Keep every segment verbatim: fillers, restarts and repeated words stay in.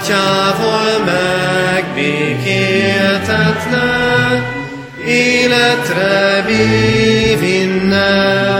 Atyával megbékéltetne, életre vinne.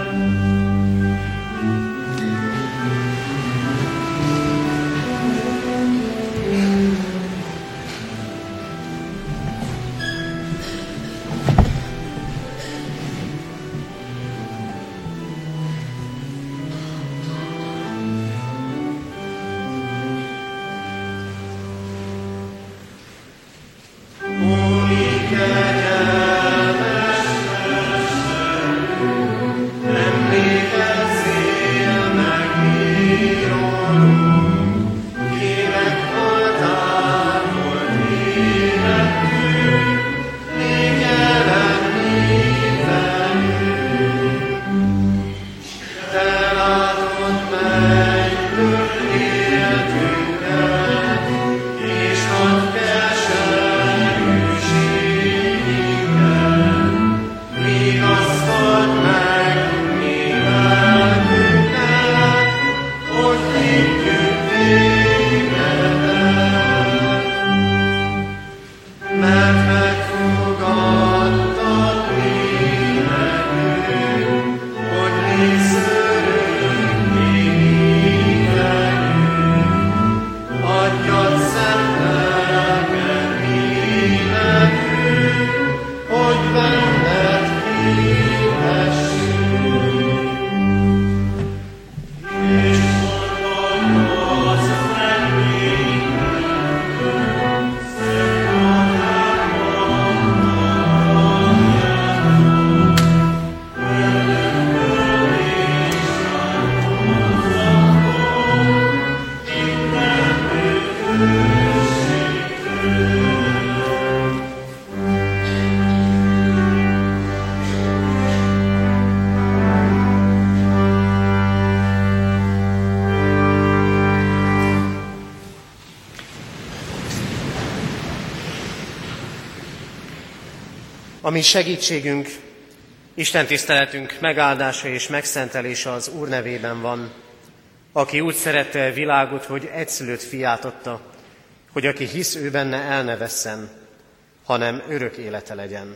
A mi segítségünk, Isten tiszteletünk megáldása és megszentelése az Úr nevében van, aki úgy szerette a világot, hogy egyszülött fiát adta, hogy aki hisz ő benne, el ne vesszen, hanem örök élete legyen.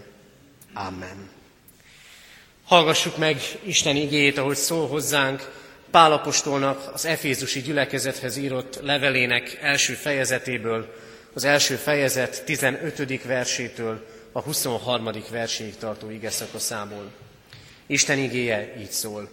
Amen. Hallgassuk meg Isten igéjét, ahogy szól hozzánk Pál apostolnak az efézusi gyülekezethez írott levelének első fejezetéből, az első fejezet tizenötödik versétől a huszonharmadik verséig tartó igeszakaszából. Isten igéje így szól.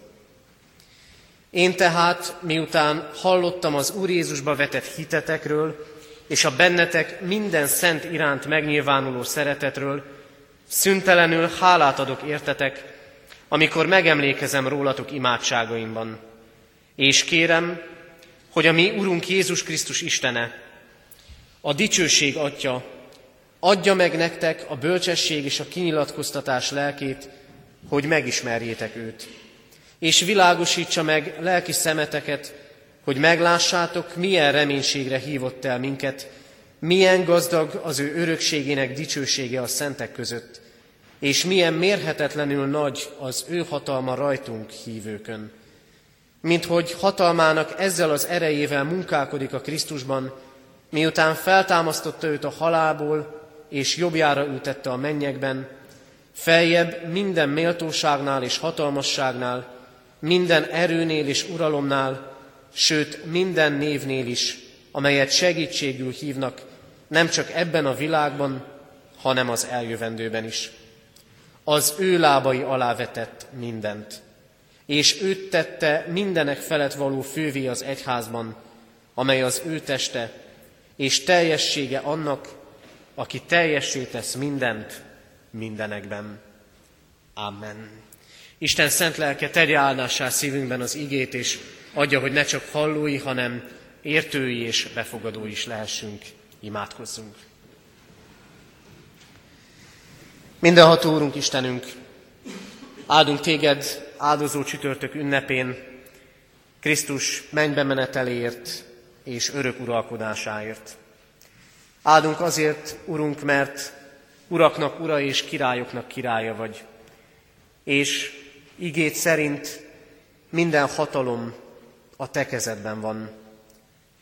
Én tehát, miután hallottam az Úr Jézusba vetett hitetekről, és a bennetek minden szent iránt megnyilvánuló szeretetről, szüntelenül hálát adok értetek, amikor megemlékezem rólatok imádságaimban. És kérem, hogy a mi Urunk Jézus Krisztus Istene, a dicsőség Atya, adja meg nektek a bölcsesség és a kinyilatkoztatás lelkét, hogy megismerjétek őt, és világosítsa meg lelki szemeteket, hogy meglássátok, milyen reménységre hívott el minket, milyen gazdag az ő örökségének dicsősége a szentek között, és milyen mérhetetlenül nagy az ő hatalma rajtunk hívőkön. Minthogy hatalmának ezzel az erejével munkálkodik a Krisztusban, miután feltámasztotta őt a halálból, és jobbjára ültette a mennyekben, feljebb minden méltóságnál és hatalmasságnál, minden erőnél és uralomnál, sőt minden névnél is, amelyet segítségül hívnak, nem csak ebben a világban, hanem az eljövendőben is. Az ő lábai alá vetett mindent, és őt tette mindenek felett való fővé az egyházban, amely az ő teste, és teljessége annak, aki teljessé tesz mindent mindenekben. Amen. Isten szent lelke tegye áldássá szívünkben az igét, és adja, hogy ne csak hallói, hanem értői és befogadói is lehessünk. Imádkozzunk. Mindenható Úrunk, Istenünk, áldunk téged áldozó csütörtök ünnepén, Krisztus mennybe meneteléért és örök uralkodásáért. Áldunk azért, Urunk, mert uraknak ura és királyoknak királya vagy, és igéd szerint minden hatalom a te kezedben van.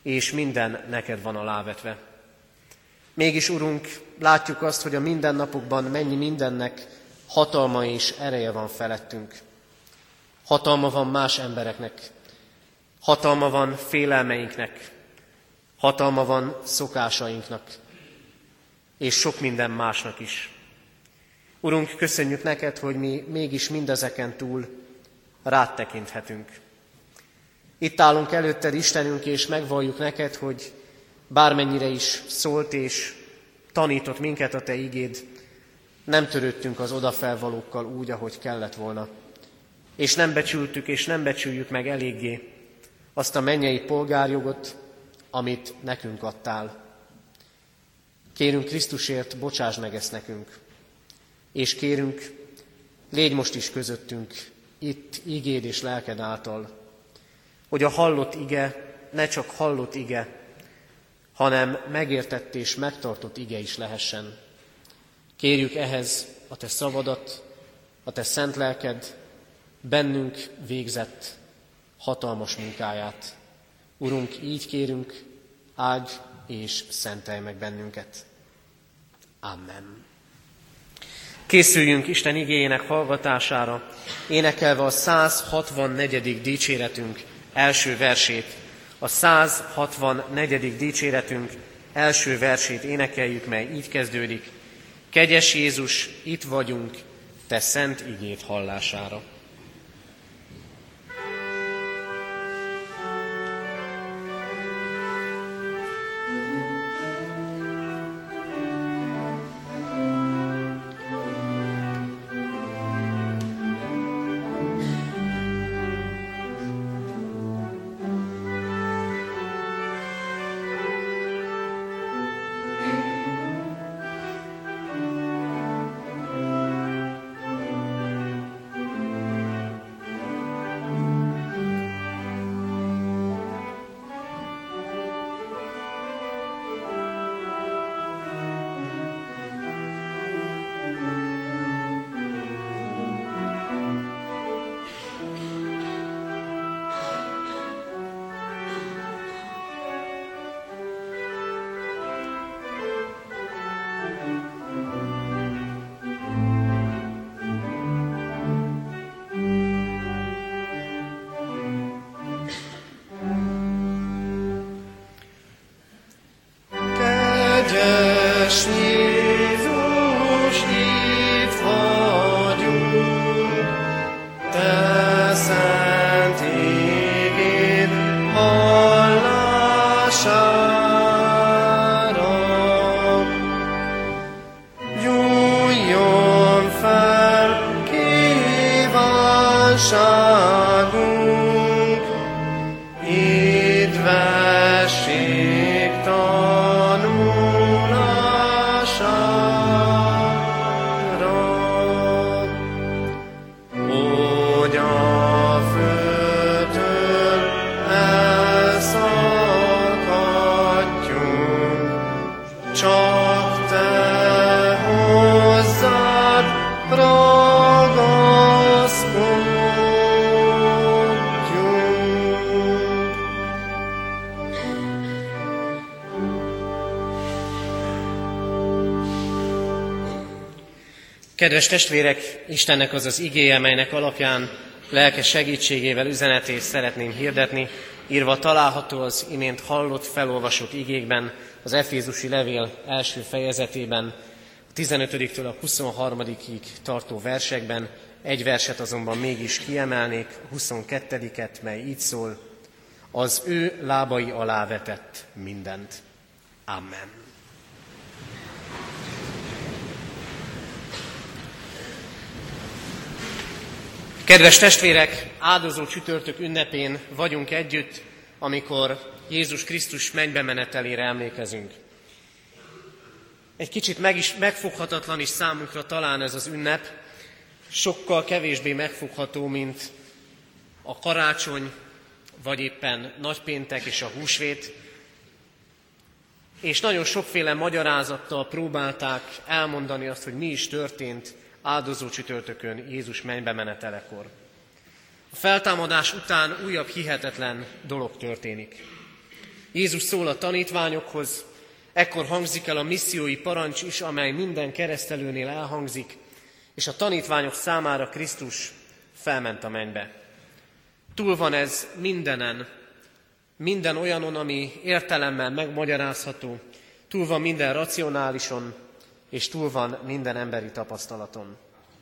és minden neked van alávetve. Mégis, Urunk, látjuk azt, hogy a mindennapokban mennyi mindennek hatalma és ereje van felettünk. Hatalma van más embereknek, hatalma van félelmeinknek, hatalma van szokásainknak, és sok minden másnak is. Urunk, köszönjük neked, hogy mi mégis mindezeken túl rád tekinthetünk. Itt állunk előtted, Istenünk, és megvalljuk neked, hogy bármennyire is szólt és tanított minket a te igéd, nem törődtünk az odafelvalókkal úgy, ahogy kellett volna. És nem becsültük és nem becsüljük meg eléggé azt a mennyei polgárjogot, amit nekünk adtál. Kérünk Krisztusért, bocsáss meg ezt nekünk, és kérünk, légy most is közöttünk, itt igéd és lelked által, hogy a hallott ige ne csak hallott ige, hanem megértett és megtartott ige is lehessen. Kérjük ehhez a te szavadat, a te szent lelked bennünk végzett hatalmas munkáját. Urunk, így kérünk, áldj és szentelj meg bennünket. Amen. Készüljünk Isten igéjének hallgatására, énekelve a száz hatvannegyedik dicséretünk első versét. A száz hatvannegyedik dicséretünk első versét énekeljük, mely így kezdődik. Kegyes Jézus, itt vagyunk, te szent igéd hallására. Kedves testvérek, Istennek az az igéje, melynek alapján lelke segítségével üzenetét szeretném hirdetni, írva található az imént hallott, felolvasott igékben, az Efézusi levél első fejezetében, a tizenötödiktől a huszonharmadikig tartó versekben, egy verset azonban mégis kiemelnék, a huszonkettediket, mely így szól: az ő lábai alá vetett mindent. Amen. Kedves testvérek, áldozó csütörtök ünnepén vagyunk együtt, amikor Jézus Krisztus mennybe menetelére emlékezünk. Egy kicsit meg is, megfoghatatlan is számunkra talán ez az ünnep, sokkal kevésbé megfogható, mint a karácsony, vagy éppen nagypéntek és a húsvét, és nagyon sokféle magyarázattal próbálták elmondani azt, hogy mi is történt áldozó csütörtökön Jézus mennybe menetelekor. A feltámadás után újabb hihetetlen dolog történik. Jézus szól a tanítványokhoz, ekkor hangzik el a missziói parancs is, amely minden keresztelőnél elhangzik, és a tanítványok számára Krisztus felment a mennybe. Túl van ez mindenen, minden olyanon, ami értelemmel megmagyarázható, túl van minden racionálison, és túl van minden emberi tapasztalaton.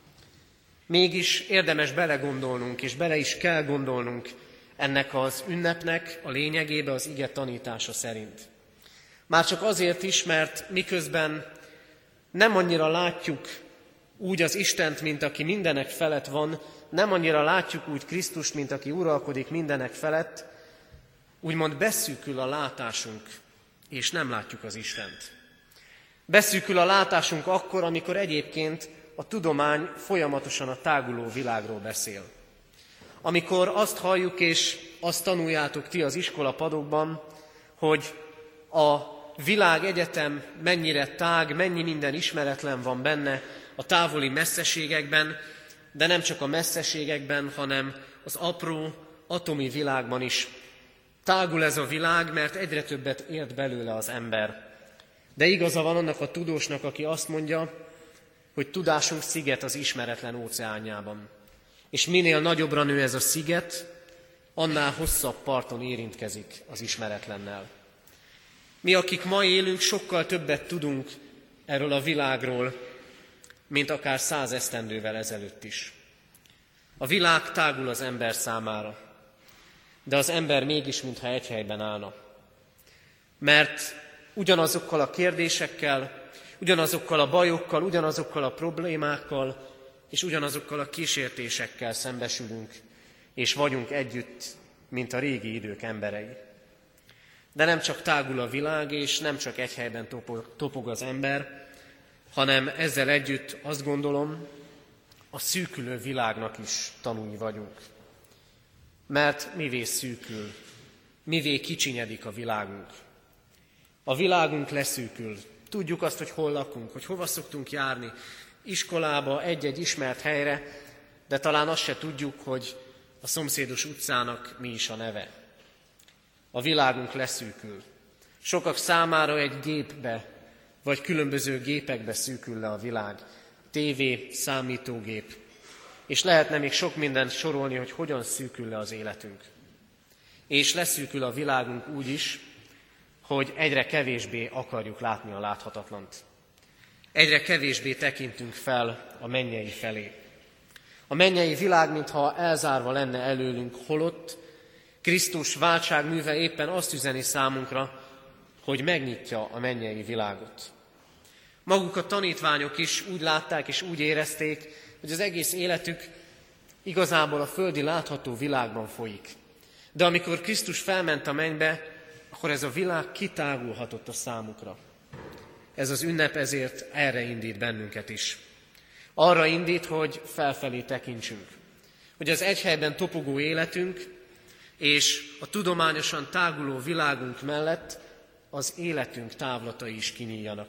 Mégis érdemes belegondolnunk, és bele is kell gondolnunk ennek az ünnepnek a lényegébe az ige tanítása szerint. Már csak azért is, mert miközben nem annyira látjuk úgy az Istent, mint aki mindenek felett van, nem annyira látjuk úgy Krisztust, mint aki uralkodik mindenek felett, úgymond beszűkül a látásunk, és nem látjuk az Istent. Beszűkül a látásunk akkor, amikor egyébként a tudomány folyamatosan a táguló világról beszél. Amikor azt halljuk, és azt tanuljátok ti az iskolapadokban, hogy a világ egyetem mennyire tág, mennyi minden ismeretlen van benne a távoli messzeségekben, de nem csak a messzeségekben, hanem az apró atomi világban is. Tágul ez a világ, mert egyre többet ért belőle az ember. De igaza van annak a tudósnak, aki azt mondja, hogy tudásunk sziget az ismeretlen óceánjában. És minél nagyobbra nő ez a sziget, annál hosszabb parton érintkezik az ismeretlennel. Mi, akik ma élünk, sokkal többet tudunk erről a világról, mint akár száz esztendővel ezelőtt is. A világ tágul az ember számára, de az ember mégis, mintha egy helyben állna. Mert ugyanazokkal a kérdésekkel, ugyanazokkal a bajokkal, ugyanazokkal a problémákkal, és ugyanazokkal a kísértésekkel szembesülünk, és vagyunk együtt, mint a régi idők emberei. De nem csak tágul a világ, és nem csak egy helyben topog az ember, hanem ezzel együtt azt gondolom, a szűkülő világnak is tanúi vagyunk. Mert mivé szűkül, mivé kicsinyedik a világunk. A világunk leszűkül. Tudjuk azt, hogy hol lakunk, hogy hova szoktunk járni, iskolába, egy-egy ismert helyre, de talán azt se tudjuk, hogy a szomszédos utcának mi is a neve. A világunk leszűkül. Sokak számára egy gépbe, vagy különböző gépekbe szűkül le a világ. Tévé, számítógép. És lehetne még sok mindent sorolni, hogy hogyan szűkül le az életünk. És leszűkül a világunk úgy is, hogy egyre kevésbé akarjuk látni a láthatatlant. Egyre kevésbé tekintünk fel a mennyei felé. A mennyei világ, mintha elzárva lenne előlünk, holott Krisztus váltságműve éppen azt üzeni számunkra, hogy megnyitja a mennyei világot. Maguk a tanítványok is úgy látták és úgy érezték, hogy az egész életük igazából a földi látható világban folyik. De amikor Krisztus felment a mennybe, akkor ez a világ kitágulhatott a számukra. Ez az ünnep ezért erre indít bennünket is. Arra indít, hogy felfelé tekintsünk. Hogy az egy helyben topogó életünk és a tudományosan táguló világunk mellett az életünk távlatai is kinyíljanak.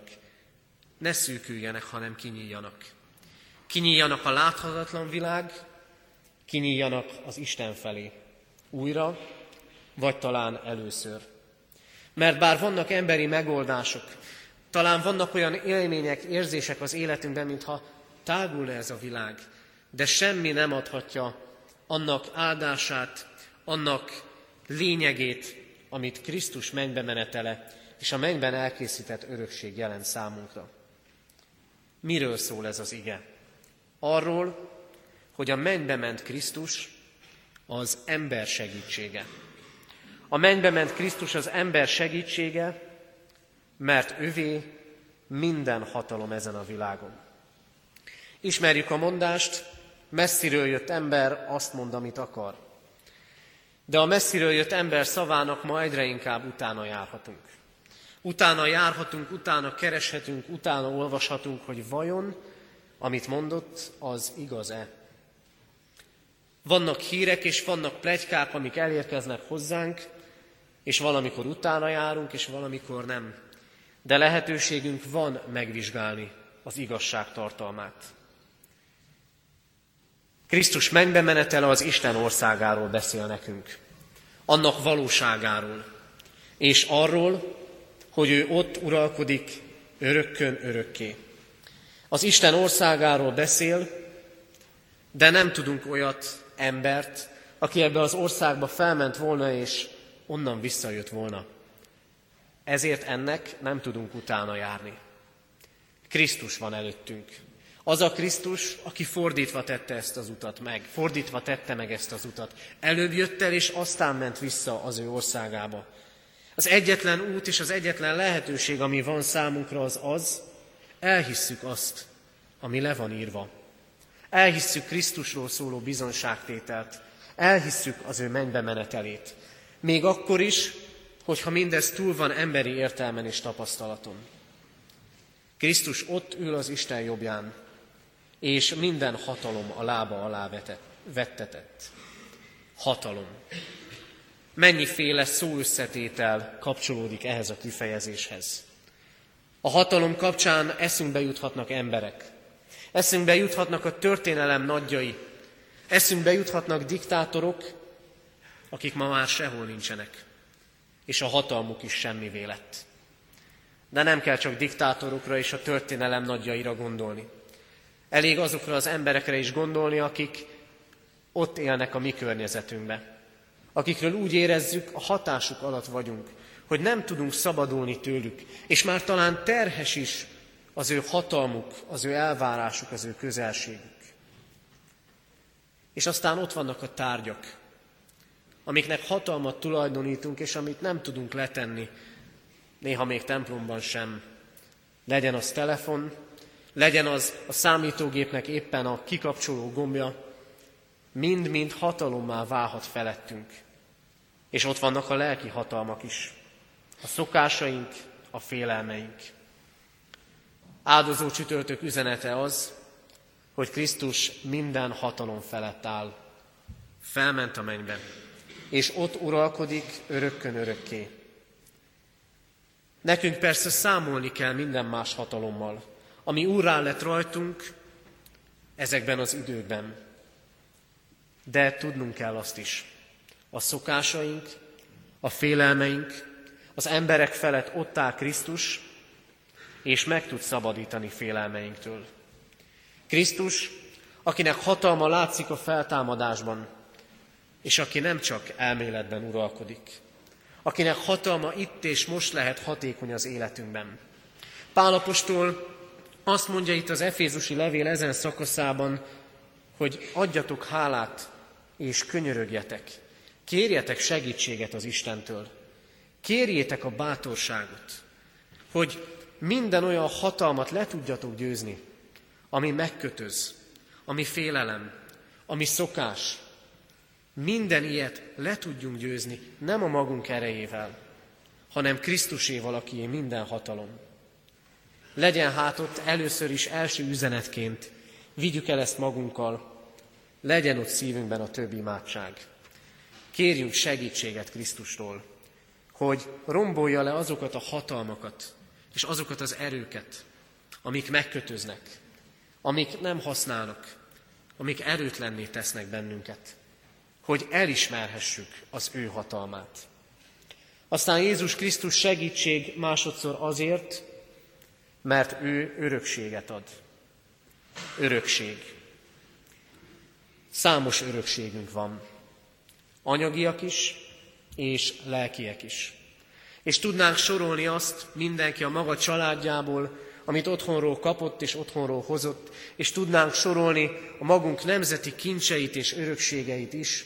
Ne szűküljenek, hanem kinyíljanak. Kinyíljanak a láthatatlan világ, kinyíljanak az Isten felé. Újra, vagy talán először. Mert bár vannak emberi megoldások, talán vannak olyan élmények, érzések az életünkben, mintha tágulna ez a világ, de semmi nem adhatja annak áldását, annak lényegét, amit Krisztus mennybe menetele és a mennyben elkészített örökség jelent számunkra. Miről szól ez az ige? Arról, hogy a mennybe ment Krisztus az ember segítsége. A mennybe ment Krisztus az ember segítsége, mert övé minden hatalom ezen a világon. Ismerjük a mondást, messziről jött ember azt mond, amit akar. De a messziről jött ember szavának ma egyre inkább utána járhatunk. Utána járhatunk, utána kereshetünk, utána olvashatunk, hogy vajon, amit mondott, az igaz-e. Vannak hírek és vannak pletykák, amik elérkeznek hozzánk, és valamikor utána járunk, és valamikor nem. De lehetőségünk van megvizsgálni az igazság tartalmát. Krisztus mennybe menetele az Isten országáról beszél nekünk, annak valóságáról. és arról, hogy ő ott uralkodik örökkön örökké. Az Isten országáról beszél, de nem tudunk olyat embert, aki ebbe az országba felment volna, és onnan visszajött volna. Ezért ennek nem tudunk utána járni. Krisztus van előttünk. Az a Krisztus, aki fordítva tette ezt az utat meg, fordítva tette meg ezt az utat. Előbb jött el, és aztán ment vissza az ő országába. Az egyetlen út és az egyetlen lehetőség, ami van számunkra, az az, elhisszük azt, ami le van írva. Elhisszük Krisztusról szóló bizonságtételt, elhisszük az ő mennybe menetelét. Még akkor is, hogyha mindez túl van emberi értelmen és tapasztalaton. Krisztus ott ül az Isten jobbján, és minden hatalom a lába alá vettetett. Hatalom. Mennyiféle szóösszetétel kapcsolódik ehhez a kifejezéshez. A hatalom kapcsán eszünkbe juthatnak emberek. Eszünkbe juthatnak a történelem nagyjai. Eszünkbe juthatnak diktátorok, akik ma már sehol nincsenek. És a hatalmuk is semmivé lett. De nem kell csak diktátorokra és a történelem nagyjaira gondolni. Elég azokra az emberekre is gondolni, akik ott élnek a mi környezetünkben. Akikről úgy érezzük, a hatásuk alatt vagyunk, hogy nem tudunk szabadulni tőlük, és már talán terhes is az ő hatalmuk, az ő elvárásuk, az ő közelségük. És aztán ott vannak a tárgyak, amiknek hatalmat tulajdonítunk, és amit nem tudunk letenni, néha még templomban sem. Legyen az telefon, legyen az a számítógépnek éppen a kikapcsoló gombja, mind-mind hatalommá válhat felettünk. És ott vannak a lelki hatalmak is, a szokásaink, a félelmeink. Áldozó csütörtök üzenete az, hogy Krisztus minden hatalom felett áll. Felment a mennybe, és ott uralkodik örökkön örökké. Nekünk persze számolni kell minden más hatalommal, ami úrrá lett rajtunk ezekben az időkben. De tudnunk kell azt is, a szokásaink, a félelmeink, az emberek felett ott áll Krisztus, és meg tud szabadítani félelmeinktől. Krisztus, akinek hatalma látszik a feltámadásban, és aki nem csak elméletben uralkodik, akinek hatalma itt és most lehet hatékony az életünkben. Pál apostol azt mondja itt az efézusi levél ezen szakaszában, hogy adjatok hálát és könyörögjetek, kérjetek segítséget az Istentől, kérjétek a bátorságot, hogy minden olyan hatalmat le tudjatok győzni, ami megkötöz, ami félelem, ami szokás. Minden ilyet le tudjunk győzni, nem a magunk erejével, hanem Krisztuséval, akié minden hatalom. Legyen hát ott először is első üzenetként, vigyük el ezt magunkkal, legyen ott szívünkben a több imádság. Kérjünk segítséget Krisztustól, hogy rombolja le azokat a hatalmakat, és azokat az erőket, amik megkötöznek, amik nem használnak, amik erőtlenné tesznek bennünket, hogy elismerhessük az ő hatalmát. Aztán Jézus Krisztus segítség másodszor azért, mert ő örökséget ad. Örökség. Számos örökségünk van. Anyagiak is, és lelkiek is. És tudnánk sorolni azt mindenki a maga családjából, amit otthonról kapott és otthonról hozott, és tudnánk sorolni a magunk nemzeti kincseit és örökségeit is.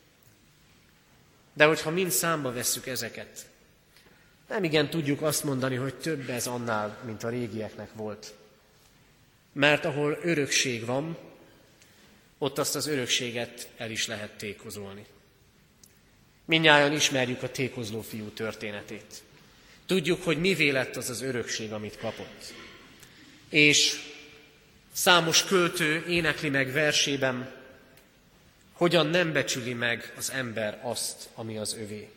De hogyha mind számba vesszük ezeket, nem igen tudjuk azt mondani, hogy több ez annál, mint a régieknek volt. Mert ahol örökség van, ott azt az örökséget el is lehet tékozolni. Mindnyájan ismerjük a tékozló fiú történetét. Tudjuk, hogy mivé lett az az örökség, amit kapott. És számos költő énekli meg versében, hogyan nem becsüli meg az ember azt, ami az övé.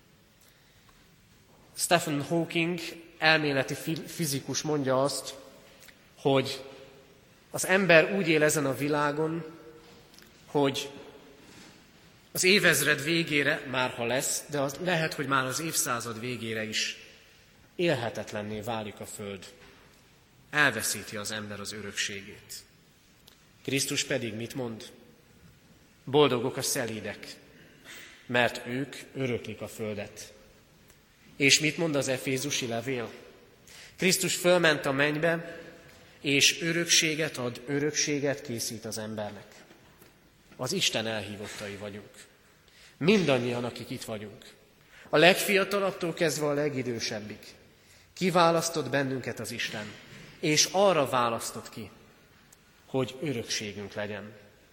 Stephen Hawking, elméleti fizikus mondja azt, hogy az ember úgy él ezen a világon, hogy Az évezred végére, már ha lesz, de az lehet, hogy már az évszázad végére is élhetetlenné válik a föld. Elveszíti az ember az örökségét. Krisztus pedig mit mond? Boldogok a szelídek, mert ők öröklik a földet. És mit mond az efézusi levél? Krisztus fölment a mennybe, és örökséget ad, örökséget készít az embernek. Az Isten elhívottai vagyunk. Mindannyian, akik itt vagyunk. A legfiatalabbtól kezdve a legidősebbig. Kiválasztott bennünket az Isten, és arra választott ki, hogy örökségünk legyen.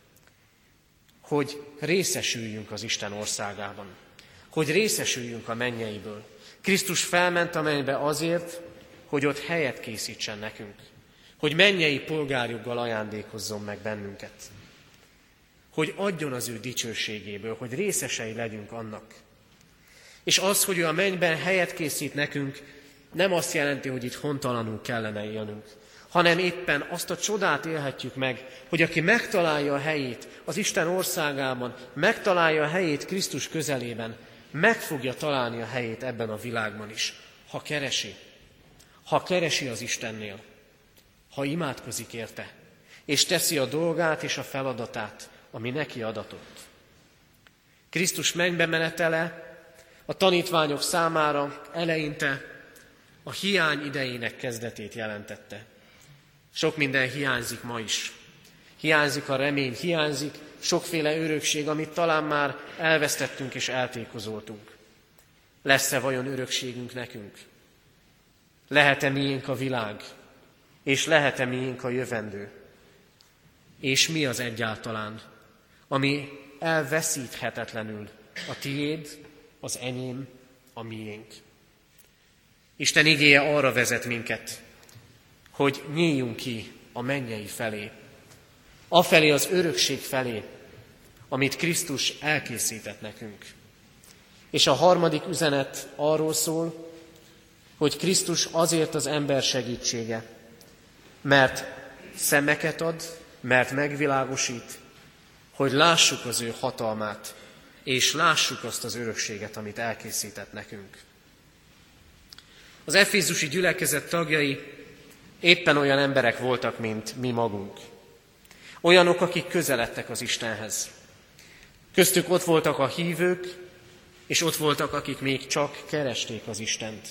Hogy részesüljünk az Isten országában. Hogy részesüljünk a mennyeiből. Krisztus felment a mennybe azért, hogy ott helyet készítsen nekünk. Hogy mennyei polgárjoggal ajándékozzon meg bennünket. Hogy adjon az ő dicsőségéből, hogy részesei legyünk annak. És az, hogy ő a mennyben helyet készít nekünk, nem azt jelenti, hogy itt hontalanul kellene élnünk, hanem éppen azt a csodát élhetjük meg, hogy aki megtalálja a helyét az Isten országában, megtalálja a helyét Krisztus közelében, meg fogja találni a helyét ebben a világban is, ha keresi, ha keresi az Istennél, ha imádkozik érte, és teszi a dolgát és a feladatát, ami neki adatott. Krisztus mennybe menetele a tanítványok számára eleinte a hiány idejének kezdetét jelentette. Sok minden hiányzik ma is. Hiányzik a remény, hiányzik sokféle örökség, amit talán már elvesztettünk és eltékozoltunk. Lesz-e vajon örökségünk nekünk? Lehet-e miénk a világ? És lehet-e miénk a jövendő? És mi az egyáltalán, ami elveszíthetetlenül a tiéd, az enyém, a miénk? Isten igéje arra vezet minket, hogy nyíljunk ki a mennyei felé, afelé az örökség felé, amit Krisztus elkészített nekünk. És a harmadik üzenet arról szól, hogy Krisztus azért az ember segítsége, mert szemeket ad, mert megvilágosít, hogy lássuk az ő hatalmát, és lássuk azt az örökséget, amit elkészített nekünk. Az efézusi gyülekezet tagjai éppen olyan emberek voltak, mint mi magunk. Olyanok, akik közeledtek az Istenhez. Köztük ott voltak a hívők, és ott voltak, akik még csak keresték az Istent.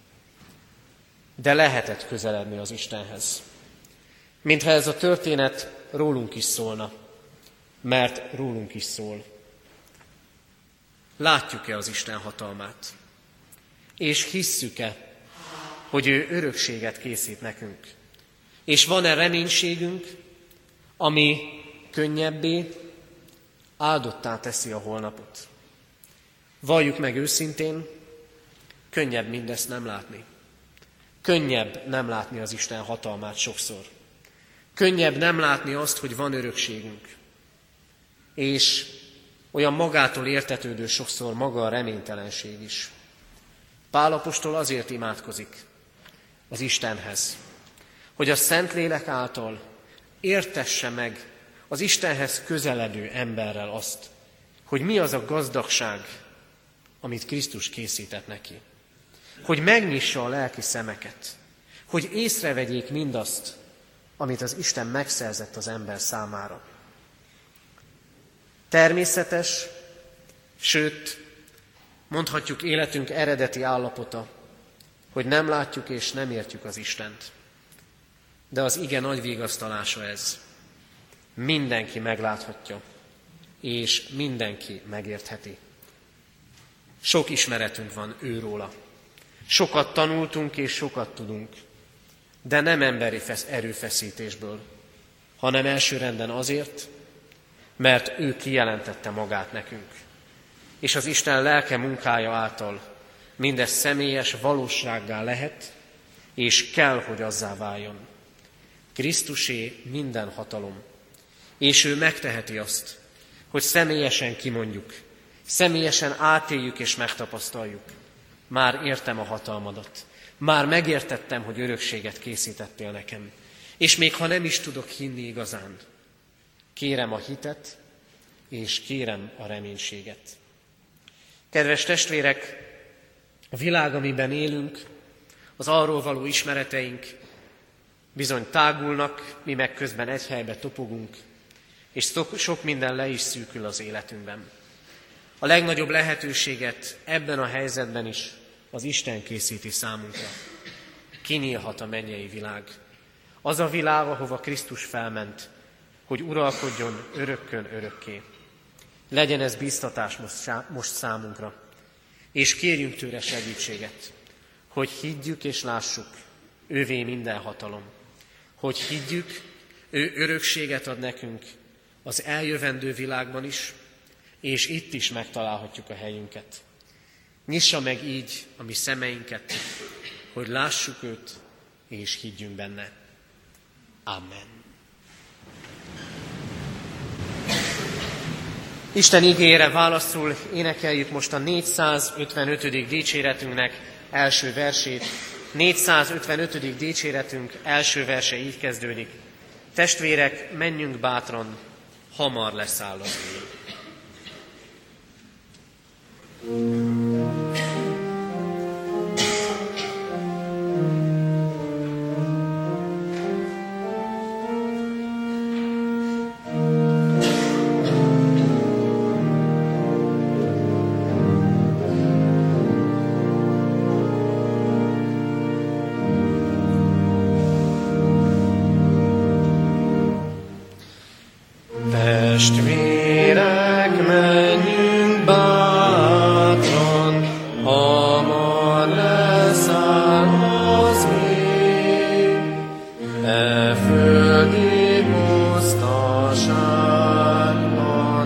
De lehetett közeledni az Istenhez. Mintha ez a történet rólunk is szólna, mert rólunk is szól. Látjuk-e az Isten hatalmát? És hisszük-e, hogy ő örökséget készít nekünk? És van-e reménységünk, ami könnyebbé, áldottá teszi a holnapot? Valljuk meg őszintén, könnyebb mindezt nem látni. Könnyebb nem látni az Isten hatalmát sokszor. Könnyebb nem látni azt, hogy van örökségünk. És olyan magától értetődő sokszor maga a reménytelenség is. Pál apostol azért imádkozik az Istenhez, hogy a Szentlélek által értesse meg az Istenhez közeledő emberrel azt, hogy mi az a gazdagság, amit Krisztus készített neki. Hogy megnyissa a lelki szemeket, hogy észrevegyék mindazt, amit az Isten megszerzett az ember számára. Természetes, sőt, mondhatjuk életünk eredeti állapota, hogy nem látjuk és nem értjük az Istent. De az ige nagy vigasztalása ez. Mindenki megláthatja, és mindenki megértheti. Sok ismeretünk van őróla. Sokat tanultunk és sokat tudunk, de nem emberi erőfeszítésből, hanem elsőrenden azért, mert ő kijelentette magát nekünk. És az Isten lelke munkája által mindez személyes valósággá lehet, és kell, hogy azzá váljon. Krisztusé minden hatalom, és ő megteheti azt, hogy személyesen kimondjuk, személyesen átéljük és megtapasztaljuk. Már értem a hatalmadat, már megértettem, hogy örökséget készítettél nekem, és még ha nem is tudok hinni igazán, kérem a hitet, és kérem a reménységet. Kedves testvérek, a világ, amiben élünk, az arról való ismereteink bizony tágulnak, mi meg közben egy helybe topogunk, és sok minden le is szűkül az életünkben. A legnagyobb lehetőséget ebben a helyzetben is az Isten készíti számunkra. Kinyílhat a mennyei világ. Az a világ, ahova Krisztus felment, hogy uralkodjon örökkön örökké. Legyen ez bíztatás most számunkra, és kérjünk tőle segítséget, hogy higgyük és lássuk, ővé minden hatalom. Hogy higgyük, ő örökséget ad nekünk az eljövendő világban is, és itt is megtalálhatjuk a helyünket. Nyissa meg így a mi szemeinket, hogy lássuk őt, és higgyünk benne. Amen. Isten igére válaszul énekeljük most a négyszázötvenötödik dicséretünknek első versét. négyszázötvenötödik dicséretünk első verse így kezdődik. Testvérek, menjünk bátran, hamar leszáll az éj. Testvérek, menjünk bátran, hamar leszáll az ég. E földi pusztaságban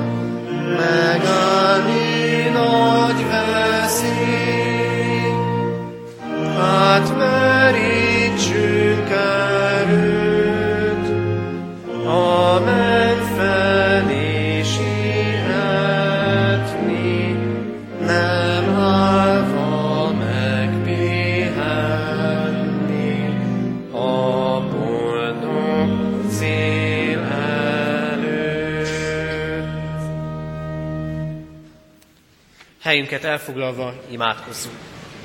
megállni nagy veszély. Hát merítsünk erőt, a menny felé sietni, nem állva megpihenni a boldog cél előtt. Helyünket elfoglalva imádkozzunk.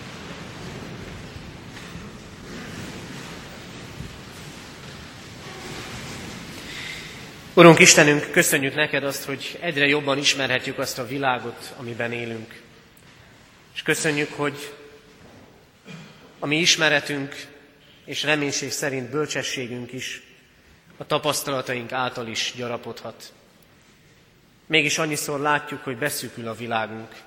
Urunk Istenünk, köszönjük neked azt, hogy egyre jobban ismerhetjük azt a világot, amiben élünk. És köszönjük, hogy a mi ismeretünk és reménység szerint bölcsességünk is a tapasztalataink által is gyarapodhat. Mégis annyiszor látjuk, hogy beszűkül a világunk,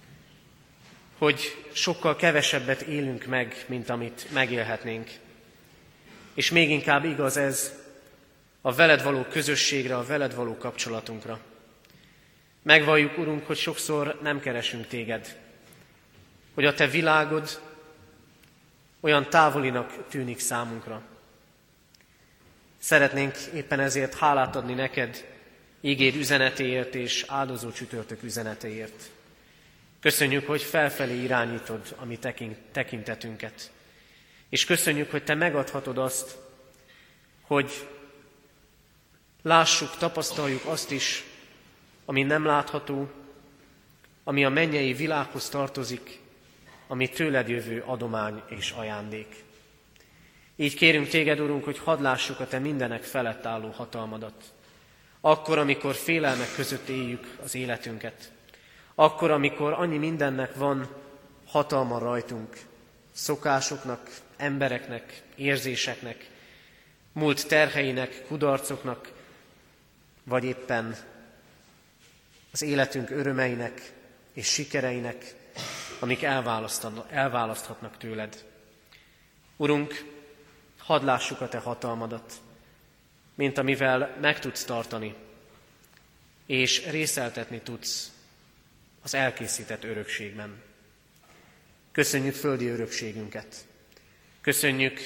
hogy sokkal kevesebbet élünk meg, mint amit megélhetnénk. És még inkább igaz ez a veled való közösségre, a veled való kapcsolatunkra. Megvalljuk, Urunk, hogy sokszor nem keresünk téged, hogy a te világod olyan távolinak tűnik számunkra. Szeretnénk éppen ezért hálát adni neked ígéd üzenetéért és áldozó csütörtök üzenetéért. Köszönjük, hogy felfelé irányítod a mi tekintetünket. És köszönjük, hogy te megadhatod azt, hogy lássuk, tapasztaljuk azt is, ami nem látható, ami a mennyei világhoz tartozik, ami tőled jövő adomány és ajándék. Így kérünk téged, Urunk, hogy hadd lássuk a te mindenek felett álló hatalmadat. Akkor, amikor félelmek között éljük az életünket. Akkor, amikor annyi mindennek van hatalma rajtunk, szokásoknak, embereknek, érzéseknek, múlt terheinek, kudarcoknak, vagy éppen az életünk örömeinek és sikereinek, amik elválaszthatnak tőled. Urunk, hadd lássuk a te hatalmadat, mint amivel meg tudsz tartani, és részeltetni tudsz az elkészített örökségben. Köszönjük földi örökségünket. Köszönjük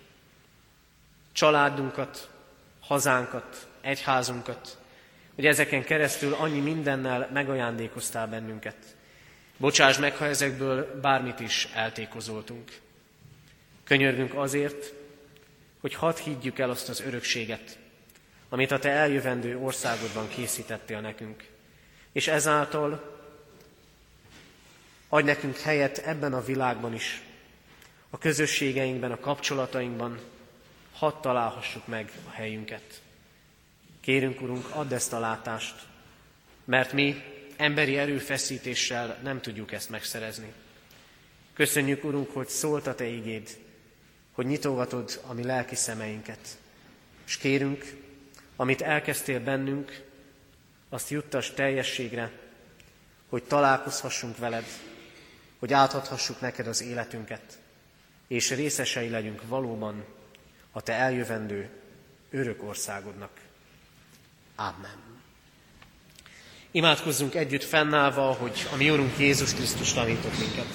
családunkat, hazánkat, egyházunkat, hogy ezeken keresztül annyi mindennel megajándékoztál bennünket. Bocsáss meg, ha ezekből bármit is eltékozoltunk. Könyörgünk azért, hogy hadd higgyük el azt az örökséget, amit a te eljövendő országodban készítettél nekünk. és ezáltal adj nekünk helyet ebben a világban is, a közösségeinkben, a kapcsolatainkban, hadd találhassuk meg a helyünket. Kérünk, Urunk, add ezt a látást, mert mi emberi erőfeszítéssel nem tudjuk ezt megszerezni. Köszönjük, Urunk, hogy szólt a Te igéd, hogy nyitogatod a mi lelki szemeinket. És kérünk, amit elkezdtél bennünk, azt juttass teljességre, hogy találkozhassunk veled, hogy átadhassuk neked az életünket, és részesei legyünk valóban a Te eljövendő örök országodnak. Amen. Imádkozzunk együtt fennállva, hogy a mi Urunk Jézus Krisztus tanított minket.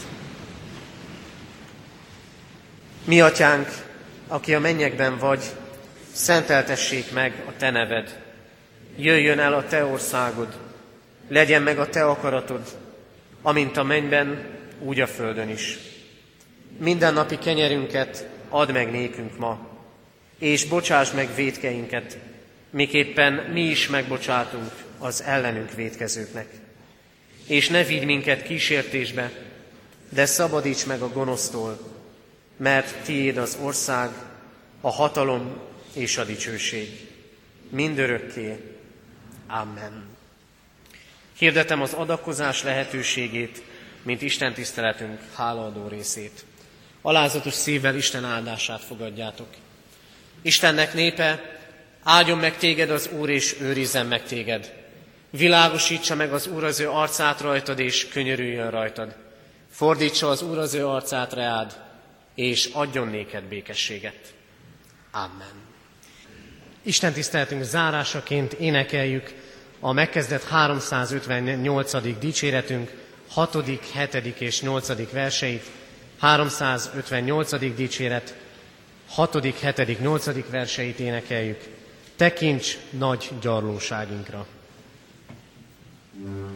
Mi Atyánk, aki a mennyekben vagy, szenteltessék meg a Te neved. Jöjjön el a Te országod, legyen meg a Te akaratod, amint a mennyben, úgy a földön is. Mindennapi kenyerünket add meg nékünk ma, és bocsáss meg vétkeinket, miképpen mi is megbocsátunk az ellenünk vétkezőknek. És ne vigy minket kísértésbe, de szabadíts meg a gonosztól, mert tiéd az ország, a hatalom és a dicsőség. Mindörökké. Amen. Hirdetem az adakozás lehetőségét, mint Isten tiszteletünk hálaadó részét. Alázatos szívvel Isten áldását fogadjátok. Istennek népe, áldjon meg téged az Úr, és őrizzen meg téged. Világosítsa meg az Úr az ő arcát rajtad, és könyörüljön rajtad. Fordítsa az Úr az ő arcát reád, és adjon néked békességet. Amen. Isten tiszteletünk zárásaként énekeljük a megkezdett háromszázötvennyolcadik dicséretünk hatodik, hetedik és nyolcadik verseit. háromszázötvennyolcadik dicséret hatodik, hetedik, nyolcadik verseit énekeljük. Tekints nagy gyarlóságinkra!